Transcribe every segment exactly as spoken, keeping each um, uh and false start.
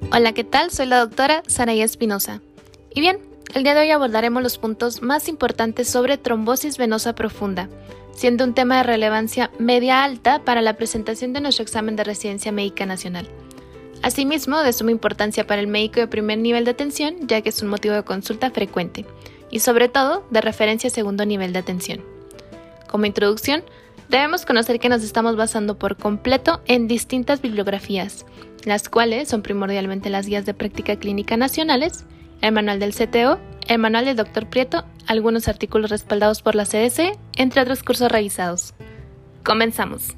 Hola, ¿qué tal? Soy la doctora Saraí Espinosa. Y bien, el día de hoy abordaremos los puntos más importantes sobre trombosis venosa profunda, siendo un tema de relevancia media-alta para la presentación de nuestro examen de residencia médica nacional. Asimismo, de suma importancia para el médico de primer nivel de atención, ya que es un motivo de consulta frecuente, y sobre todo, de referencia a segundo nivel de atención. Como introducción, debemos conocer que nos estamos basando por completo en distintas bibliografías, las cuales son primordialmente las guías de práctica clínica nacionales, el manual del C T O, el manual del doctor Prieto, algunos artículos respaldados por la C D C, entre otros cursos revisados. Comenzamos.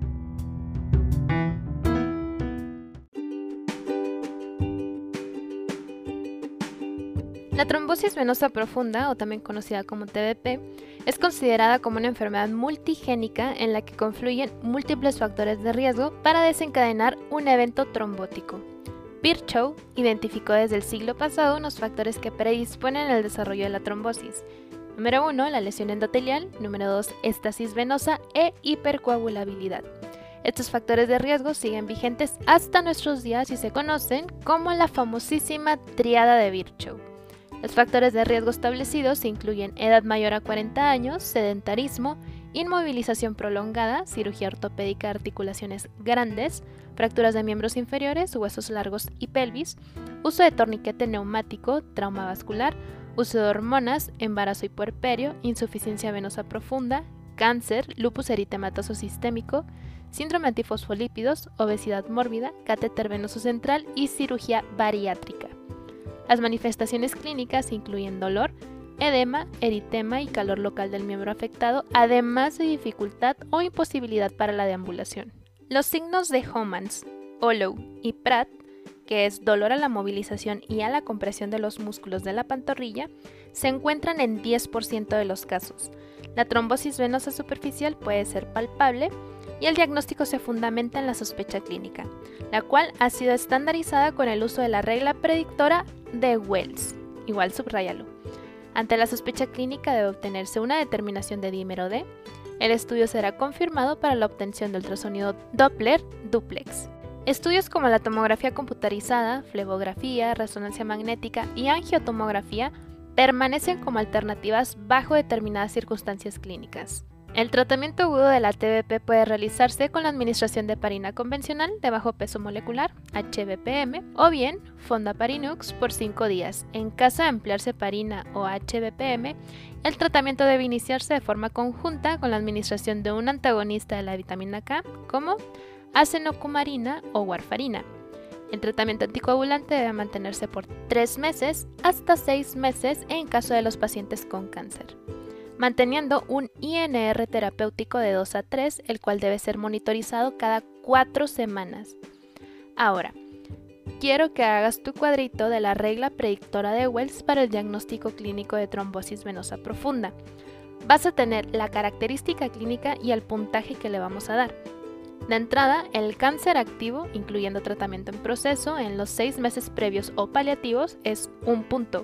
La trombosis venosa profunda, o también conocida como T V P, es considerada como una enfermedad multigénica en la que confluyen múltiples factores de riesgo para desencadenar un evento trombótico. Virchow identificó desde el siglo pasado unos factores que predisponen al desarrollo de la trombosis. Número uno, la lesión endotelial. Número dos, estasis venosa e hipercoagulabilidad. Estos factores de riesgo siguen vigentes hasta nuestros días y se conocen como la famosísima tríada de Virchow. Los factores de riesgo establecidos incluyen edad mayor a cuarenta años, sedentarismo, inmovilización prolongada, cirugía ortopédica de articulaciones grandes, fracturas de miembros inferiores, huesos largos y pelvis, uso de torniquete neumático, trauma vascular, uso de hormonas, embarazo y puerperio, insuficiencia venosa profunda, cáncer, lupus eritematoso sistémico, síndrome antifosfolípidos, obesidad mórbida, catéter venoso central y cirugía bariátrica. Las manifestaciones clínicas incluyen dolor, edema, eritema y calor local del miembro afectado, además de dificultad o imposibilidad para la deambulación. Los signos de Homans, Hollow y Pratt, que es dolor a la movilización y a la compresión de los músculos de la pantorrilla, se encuentran en diez por ciento de los casos. La trombosis venosa superficial puede ser palpable y el diagnóstico se fundamenta en la sospecha clínica, la cual ha sido estandarizada con el uso de la regla predictora de Wells, igual subráyalo. Ante la sospecha clínica debe obtenerse una determinación de dímero D. El estudio será confirmado para la obtención de ultrasonido Doppler dúplex. Estudios como la tomografía computarizada, flebografía, resonancia magnética y angiotomografía permanecen como alternativas bajo determinadas circunstancias clínicas. El tratamiento agudo de la T V P puede realizarse con la administración de heparina convencional de bajo peso molecular, H V P M, o bien Fondaparinux por cinco días. En caso de emplearse heparina o H V P M, el tratamiento debe iniciarse de forma conjunta con la administración de un antagonista de la vitamina K, como acenocumarina o warfarina. El tratamiento anticoagulante debe mantenerse por tres meses hasta seis meses en caso de los pacientes con cáncer, manteniendo un I N R terapéutico de dos a tres, el cual debe ser monitorizado cada cuatro semanas. Ahora, quiero que hagas tu cuadrito de la regla predictora de Wells para el diagnóstico clínico de trombosis venosa profunda. Vas a tener la característica clínica y el puntaje que le vamos a dar. De entrada, el cáncer activo, incluyendo tratamiento en proceso, en los seis meses previos o paliativos, es un punto.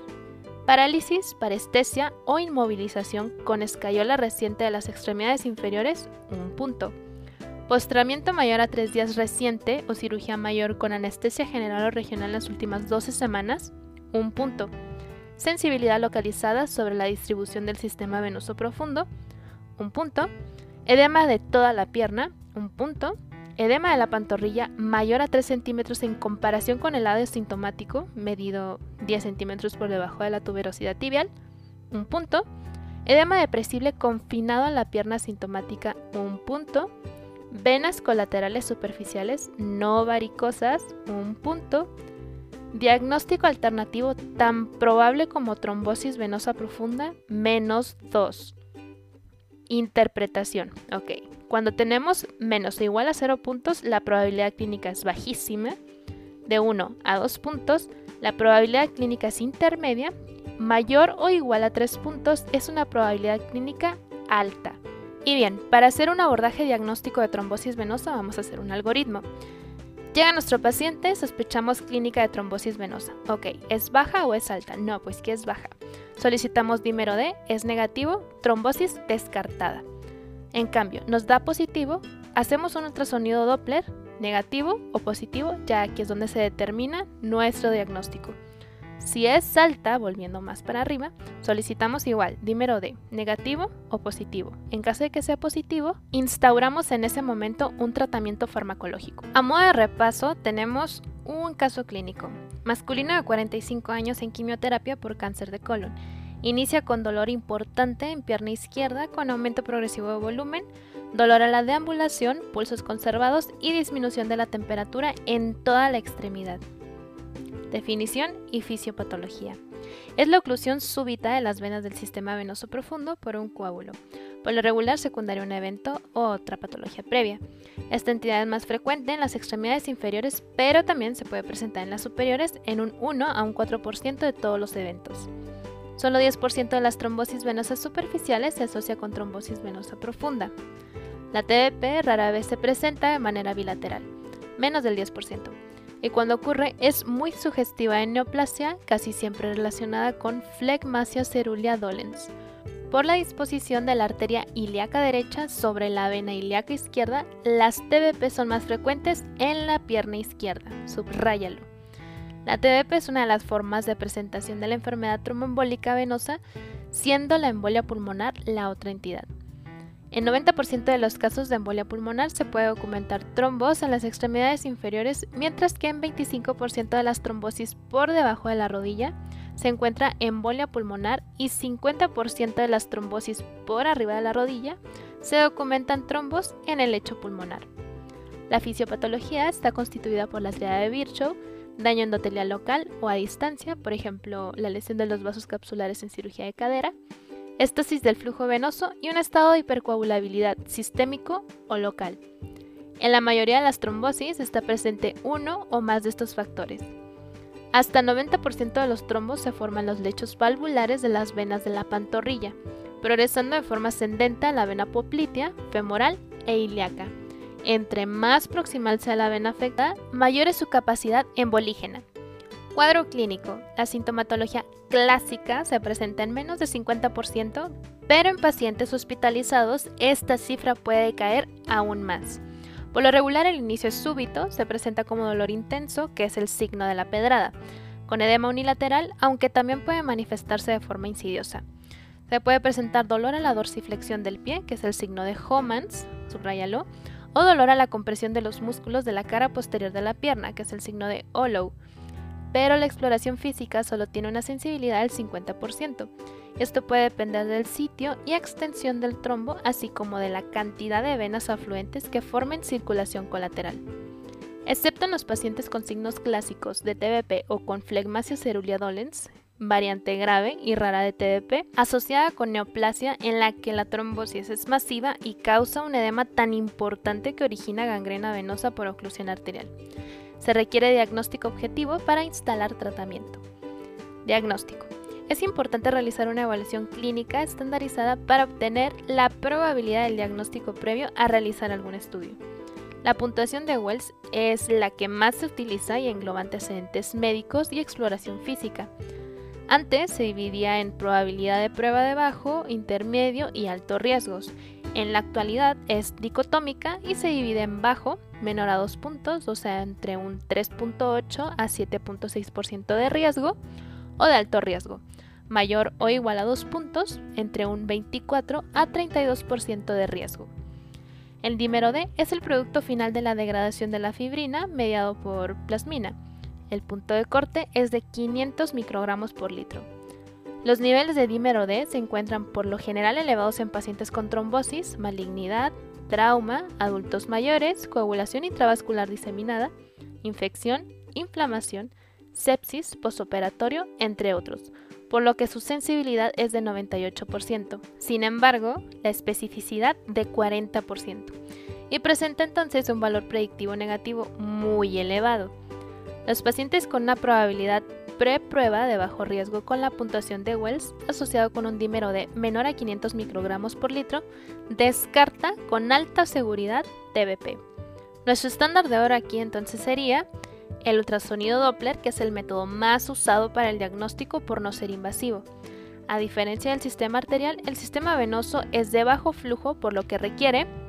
Parálisis, parestesia o inmovilización con escayola reciente de las extremidades inferiores, un punto. Postramiento mayor a tres días reciente o cirugía mayor con anestesia general o regional en las últimas doce semanas, un punto. Sensibilidad localizada sobre la distribución del sistema venoso profundo, un punto. Edema de toda la pierna, un punto. Edema de la pantorrilla mayor a tres centímetros en comparación con el lado asintomático, medido diez centímetros por debajo de la tuberosidad tibial, un punto. Edema depresible confinado a la pierna asintomática, un punto. Venas colaterales superficiales no varicosas, un punto. Diagnóstico alternativo tan probable como trombosis venosa profunda, menos dos. Interpretación, ok. Cuando tenemos menos o igual a cero puntos, la probabilidad clínica es bajísima. De uno a dos puntos, la probabilidad clínica es intermedia. Mayor o igual a tres puntos es una probabilidad clínica alta. Y bien, para hacer un abordaje diagnóstico de trombosis venosa vamos a hacer un algoritmo. Llega nuestro paciente, sospechamos clínica de trombosis venosa. Ok, ¿es baja o es alta? No, pues que es baja. Solicitamos dímero D, es negativo, trombosis descartada. En cambio, nos da positivo, hacemos un ultrasonido Doppler, negativo o positivo, ya aquí es donde se determina nuestro diagnóstico. Si es alta, volviendo más para arriba, solicitamos igual dímero D, negativo o positivo. En caso de que sea positivo, instauramos en ese momento un tratamiento farmacológico. A modo de repaso, tenemos un caso clínico. Masculino de cuarenta y cinco años en quimioterapia por cáncer de colon. Inicia con dolor importante en pierna izquierda con aumento progresivo de volumen, dolor a la deambulación, pulsos conservados y disminución de la temperatura en toda la extremidad. Definición y fisiopatología. Es la oclusión súbita de las venas del sistema venoso profundo por un coágulo, por lo regular secundario a un evento o otra patología previa. Esta entidad es más frecuente en las extremidades inferiores, pero también se puede presentar en las superiores en un uno a un cuatro por ciento de todos los eventos. Solo diez por ciento de las trombosis venosas superficiales se asocia con trombosis venosa profunda. La T B P rara vez se presenta de manera bilateral, menos del diez por ciento. Y cuando ocurre es muy sugestiva en neoplasia, casi siempre relacionada con flegmasia cerulea dolens, por la disposición de la arteria ilíaca derecha sobre la vena ilíaca izquierda. Las T B P son más frecuentes en la pierna izquierda, subráyalo. La T B P es una de las formas de presentación de la enfermedad tromboembólica venosa, siendo la embolia pulmonar la otra entidad. En noventa por ciento de los casos de embolia pulmonar se puede documentar trombos en las extremidades inferiores, mientras que en veinticinco por ciento de las trombosis por debajo de la rodilla se encuentra embolia pulmonar y cincuenta por ciento de las trombosis por arriba de la rodilla se documentan trombos en el lecho pulmonar. La fisiopatología está constituida por la triada de Virchow, daño endotelial local o a distancia, por ejemplo, la lesión de los vasos capsulares en cirugía de cadera, estasis del flujo venoso y un estado de hipercoagulabilidad sistémico o local. En la mayoría de las trombosis está presente uno o más de estos factores. Hasta noventa por ciento de los trombos se forman en los lechos valvulares de las venas de la pantorrilla, progresando de forma ascendente a la vena poplitea, femoral e ilíaca. Entre más proximal sea la vena afectada, mayor es su capacidad embolígena. Cuadro clínico. La sintomatología clásica se presenta en menos de cincuenta por ciento, pero en pacientes hospitalizados esta cifra puede caer aún más. Por lo regular el inicio es súbito, se presenta como dolor intenso, que es el signo de la pedrada, con edema unilateral, aunque también puede manifestarse de forma insidiosa. Se puede presentar dolor a la dorsiflexión del pie, que es el signo de Homans, subráyalo, o dolor a la compresión de los músculos de la cara posterior de la pierna, que es el signo de Hollow. Pero la exploración física solo tiene una sensibilidad del cincuenta por ciento. Esto puede depender del sitio y extensión del trombo, así como de la cantidad de venas afluentes que formen circulación colateral. Excepto en los pacientes con signos clásicos de T B P o con flegmasia cerulea dolens, variante grave y rara de T B P, asociada con neoplasia en la que la trombosis es masiva y causa un edema tan importante que origina gangrena venosa por oclusión arterial. Se requiere diagnóstico objetivo para instalar tratamiento. Diagnóstico. Es importante realizar una evaluación clínica estandarizada para obtener la probabilidad del diagnóstico previo a realizar algún estudio. La puntuación de Wells es la que más se utiliza y engloba antecedentes médicos y exploración física. Antes se dividía en probabilidad de prueba de bajo, intermedio y alto riesgos. En la actualidad es dicotómica y se divide en bajo, menor a dos puntos, o sea, entre un tres punto ocho a siete punto seis por ciento de riesgo, o de alto riesgo, mayor o igual a dos puntos, entre un veinticuatro a treinta y dos por ciento de riesgo. El dímero D es el producto final de la degradación de la fibrina mediado por plasmina. El punto de corte es de quinientos microgramos por litro. Los niveles de dímero D se encuentran por lo general elevados en pacientes con trombosis, malignidad, trauma, adultos mayores, coagulación intravascular diseminada, infección, inflamación, sepsis, postoperatorio, entre otros, por lo que su sensibilidad es de noventa y ocho por ciento. Sin embargo, la especificidad de cuarenta por ciento, y presenta entonces un valor predictivo negativo muy elevado. Los pacientes con una probabilidad preprueba de bajo riesgo con la puntuación de Wells asociado con un dímero D menor a quinientos microgramos por litro descarta con alta seguridad T B P. Nuestro estándar de oro aquí entonces sería el ultrasonido Doppler, que es el método más usado para el diagnóstico por no ser invasivo. A diferencia del sistema arterial, el sistema venoso es de bajo flujo, por lo que requiere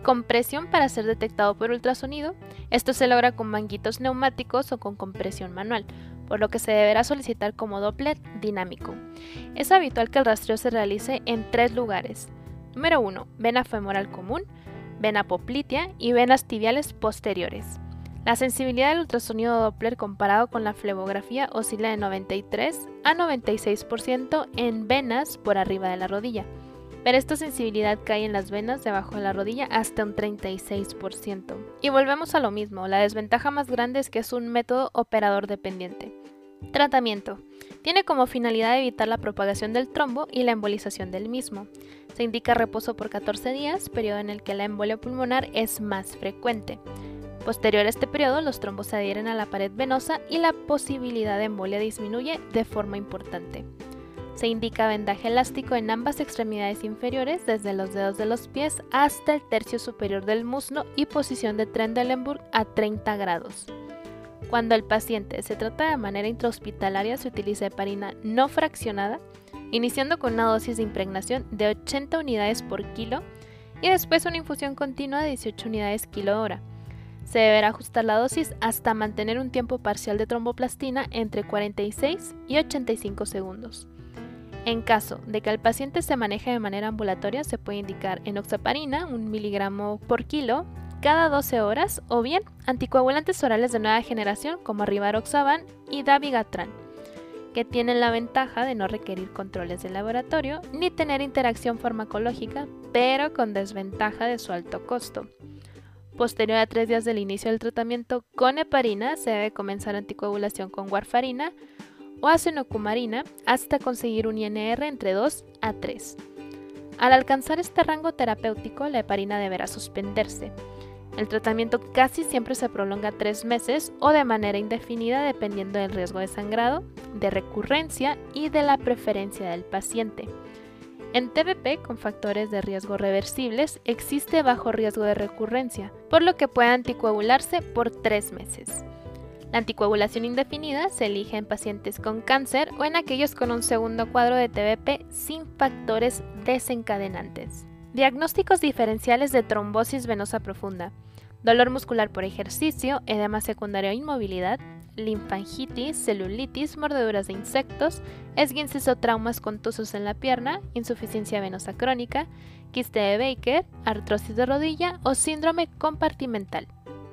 compresión para ser detectado por ultrasonido. Esto se logra con manguitos neumáticos o con compresión manual, por lo que se deberá solicitar como Doppler dinámico. Es habitual que el rastreo se realice en tres lugares. Número uno. Vena femoral común, vena poplitea y venas tibiales posteriores. La sensibilidad del ultrasonido Doppler comparado con la flebografía oscila de noventa y tres a noventa y seis por ciento en venas por arriba de la rodilla, pero esta sensibilidad cae en las venas debajo de la rodilla hasta un treinta y seis por ciento. Y volvemos a lo mismo, la desventaja más grande es que es un método operador dependiente. Tratamiento. Tiene como finalidad evitar la propagación del trombo y la embolización del mismo. Se indica reposo por catorce días, periodo en el que la embolia pulmonar es más frecuente. Posterior a este periodo, los trombos se adhieren a la pared venosa y la posibilidad de embolia disminuye de forma importante. Se indica vendaje elástico en ambas extremidades inferiores, desde los dedos de los pies hasta el tercio superior del muslo y posición de Trendelenburg a treinta grados. Cuando el paciente se trata de manera intrahospitalaria, se utiliza heparina no fraccionada, iniciando con una dosis de impregnación de ochenta unidades por kilo y después una infusión continua de dieciocho unidades kilo hora. Se deberá ajustar la dosis hasta mantener un tiempo parcial de tromboplastina entre cuarenta y seis y ochenta y cinco segundos. En caso de que el paciente se maneje de manera ambulatoria, se puede indicar enoxaparina, un miligramo por kilo, cada doce horas, o bien anticoagulantes orales de nueva generación como Rivaroxaban y Dabigatran, que tienen la ventaja de no requerir controles de laboratorio ni tener interacción farmacológica, pero con desventaja de su alto costo. Posterior a tres días del inicio del tratamiento con heparina, se debe comenzar anticoagulación con warfarina o acenocumarina hasta conseguir un I N R entre dos a tres. Al alcanzar este rango terapéutico, la heparina deberá suspenderse. El tratamiento casi siempre se prolonga tres meses o de manera indefinida dependiendo del riesgo de sangrado, de recurrencia y de la preferencia del paciente. En T B P con factores de riesgo reversibles existe bajo riesgo de recurrencia, por lo que puede anticoagularse por tres meses. La anticoagulación indefinida se elige en pacientes con cáncer o en aquellos con un segundo cuadro de T B P sin factores desencadenantes. Diagnósticos diferenciales de trombosis venosa profunda: dolor muscular por ejercicio, edema secundario a inmovilidad, linfangitis, celulitis, mordeduras de insectos, esguinces o traumas contusos en la pierna, insuficiencia venosa crónica, quiste de Baker, artrosis de rodilla o síndrome compartimental.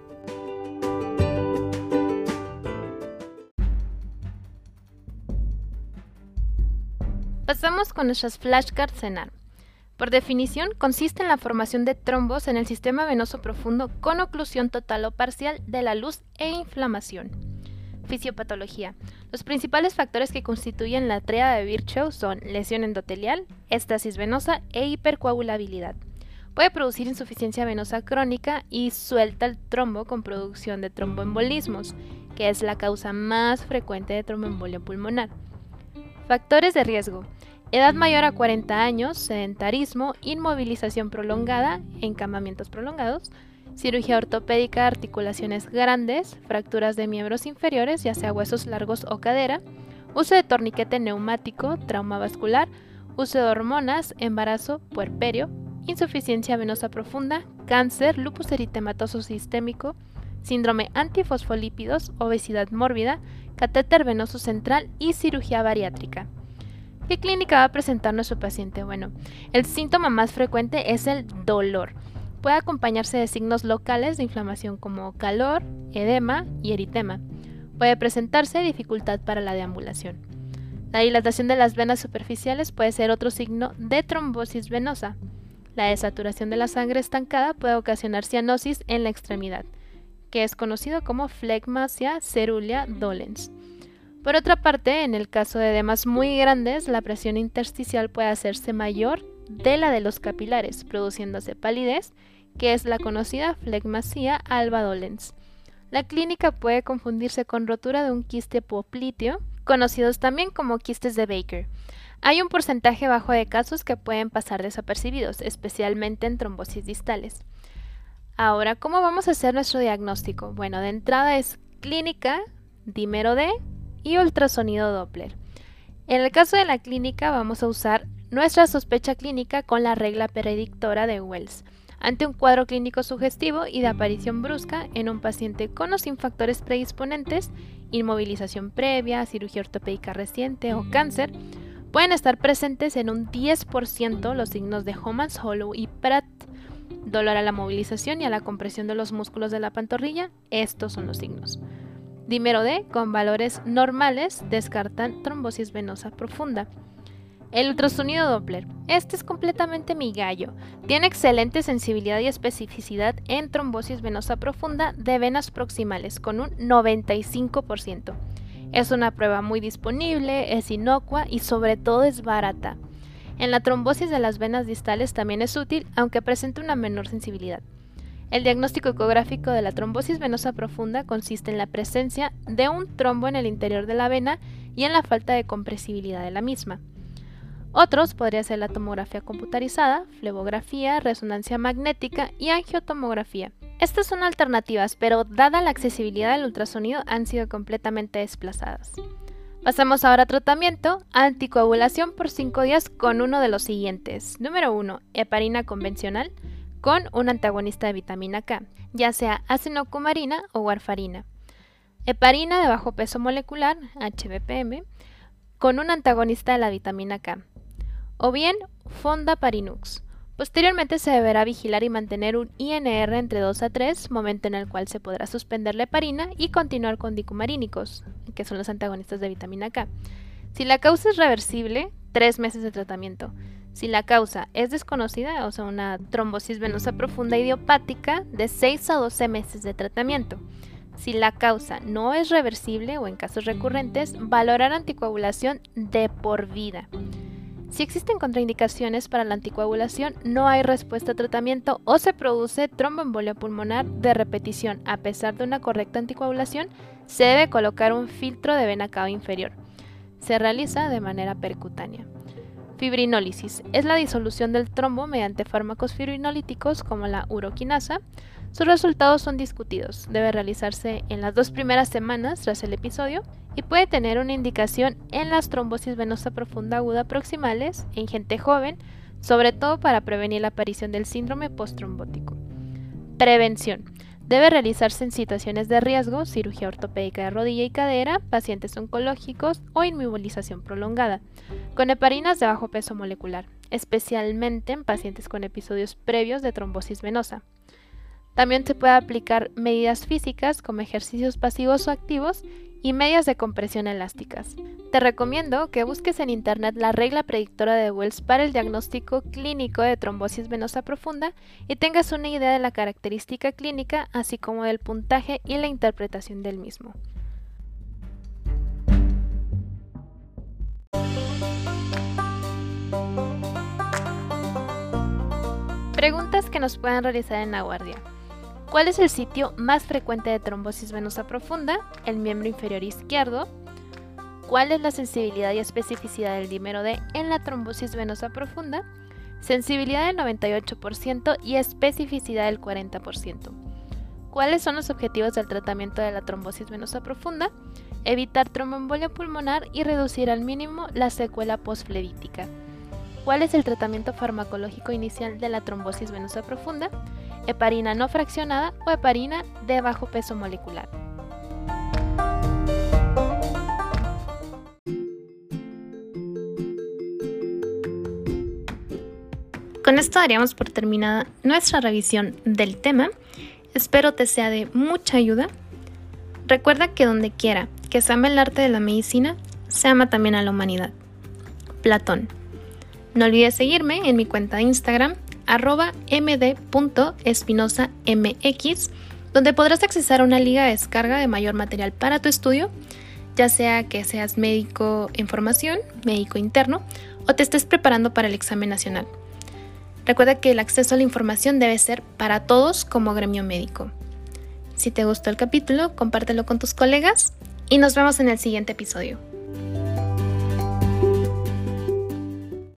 Pasamos con nuestras flashcards CENAR. Por definición, consiste en la formación de trombos en el sistema venoso profundo con oclusión total o parcial de la luz e inflamación. Fisiopatología. Los principales factores que constituyen la tríada de Virchow son lesión endotelial, éstasis venosa e hipercoagulabilidad. Puede producir insuficiencia venosa crónica y suelta el trombo con producción de tromboembolismos, que es la causa más frecuente de tromboembolia pulmonar. Factores de riesgo: edad mayor a cuarenta años, sedentarismo, inmovilización prolongada, encamamientos prolongados, cirugía ortopédica, articulaciones grandes, fracturas de miembros inferiores, ya sea huesos largos o cadera, uso de torniquete neumático, trauma vascular, uso de hormonas, embarazo, puerperio, insuficiencia venosa profunda, cáncer, lupus eritematoso sistémico, síndrome antifosfolípidos, obesidad mórbida, catéter venoso central y cirugía bariátrica. ¿Qué clínica va a presentar nuestro paciente? Bueno, el síntoma más frecuente es el dolor. Puede acompañarse de signos locales de inflamación como calor, edema y eritema. Puede presentarse dificultad para la deambulación. La dilatación de las venas superficiales puede ser otro signo de trombosis venosa. La desaturación de la sangre estancada puede ocasionar cianosis en la extremidad, que es conocido como flegmasia cerulea dolens. Por otra parte, en el caso de edemas muy grandes, la presión intersticial puede hacerse mayor de la de los capilares, produciéndose palidez, que es la conocida flegmasia alba dolens. La clínica puede confundirse con rotura de un quiste popliteo, conocidos también como quistes de Baker. Hay un porcentaje bajo de casos que pueden pasar desapercibidos, especialmente en trombosis distales. Ahora, ¿cómo vamos a hacer nuestro diagnóstico? Bueno, de entrada es clínica, dímero D y ultrasonido Doppler. En el caso de la clínica vamos a usar nuestra sospecha clínica con la regla predictora de Wells. ante un cuadro clínico sugestivo y de aparición brusca en un paciente con o sin factores predisponentes, inmovilización previa, cirugía ortopédica reciente o cáncer. Pueden estar presentes en un diez por ciento los signos de Homans-Hollow y Pratt. Dolor a la movilización y a la compresión de los músculos de la pantorrilla, estos son los signos. Dímero D, con valores normales, descartan trombosis venosa profunda. El ultrasonido Doppler. Este es completamente mi gallo. Tiene excelente sensibilidad y especificidad en trombosis venosa profunda de venas proximales, con un noventa y cinco por ciento. Es una prueba muy disponible, es inocua y sobre todo es barata. En la trombosis de las venas distales también es útil, aunque presenta una menor sensibilidad. El diagnóstico ecográfico de la trombosis venosa profunda consiste en la presencia de un trombo en el interior de la vena y en la falta de compresibilidad de la misma. Otros podría ser la tomografía computarizada, flebografía, resonancia magnética y angiotomografía. Estas son alternativas, pero dada la accesibilidad del ultrasonido han sido completamente desplazadas. Pasamos ahora a tratamiento, anticoagulación por cinco días con uno de los siguientes. Número uno, heparina convencional con un antagonista de vitamina K, ya sea acenocumarina o warfarina. Heparina de bajo peso molecular, H B P M, con un antagonista de la vitamina K. O bien fondaparinux. Posteriormente se deberá vigilar y mantener un I N R entre dos a tres, momento en el cual se podrá suspender la heparina y continuar con dicumarínicos, que son los antagonistas de vitamina K. Si la causa es reversible, tres meses de tratamiento. Si la causa es desconocida, o sea una trombosis venosa profunda idiopática, de seis a doce meses de tratamiento. Si la causa no es reversible o en casos recurrentes, valorar anticoagulación de por vida. Si existen contraindicaciones para la anticoagulación, no hay respuesta a tratamiento o se produce tromboembolia pulmonar de repetición. A pesar de una correcta anticoagulación, se debe colocar un filtro de vena cava inferior. Se realiza de manera percutánea. Fibrinólisis es la disolución del trombo mediante fármacos fibrinolíticos como la uroquinasa. Sus resultados son discutidos. Debe realizarse en las dos primeras semanas tras el episodio y puede tener una indicación en las trombosis venosa profunda aguda proximales en gente joven, sobre todo para prevenir la aparición del síndrome posttrombótico. Prevención. Debe realizarse en situaciones de riesgo, cirugía ortopédica de rodilla y cadera, pacientes oncológicos o inmovilización prolongada, con heparinas de bajo peso molecular, especialmente en pacientes con episodios previos de trombosis venosa. También se puede aplicar medidas físicas como ejercicios pasivos o activos y medias de compresión elásticas. Te recomiendo que busques en internet la regla predictora de Wells para el diagnóstico clínico de trombosis venosa profunda y tengas una idea de la característica clínica, así como del puntaje y la interpretación del mismo. Preguntas que nos puedan realizar en la guardia. ¿Cuál es el sitio más frecuente de trombosis venosa profunda? El miembro inferior izquierdo. ¿Cuál es la sensibilidad y especificidad del dímero D en la trombosis venosa profunda? Sensibilidad del noventa y ocho por ciento y especificidad del cuarenta por ciento. ¿Cuáles son los objetivos del tratamiento de la trombosis venosa profunda? Evitar tromboembolia pulmonar y reducir al mínimo la secuela posflevítica. ¿Cuál es el tratamiento farmacológico inicial de la trombosis venosa profunda? Heparina no fraccionada o heparina de bajo peso molecular. Con esto daríamos por terminada nuestra revisión del tema. Espero te sea de mucha ayuda. Recuerda que donde quiera que se ame el arte de la medicina, se ama también a la humanidad. Platón. No olvides seguirme en mi cuenta de Instagram, arroba md punto espinosa mx, donde podrás accesar a una liga de descarga de mayor material para tu estudio, ya sea que seas médico en formación, médico interno, o te estés preparando para el examen nacional. Recuerda que el acceso a la información debe ser para todos como gremio médico. Si te gustó el capítulo, compártelo con tus colegas y nos vemos en el siguiente episodio.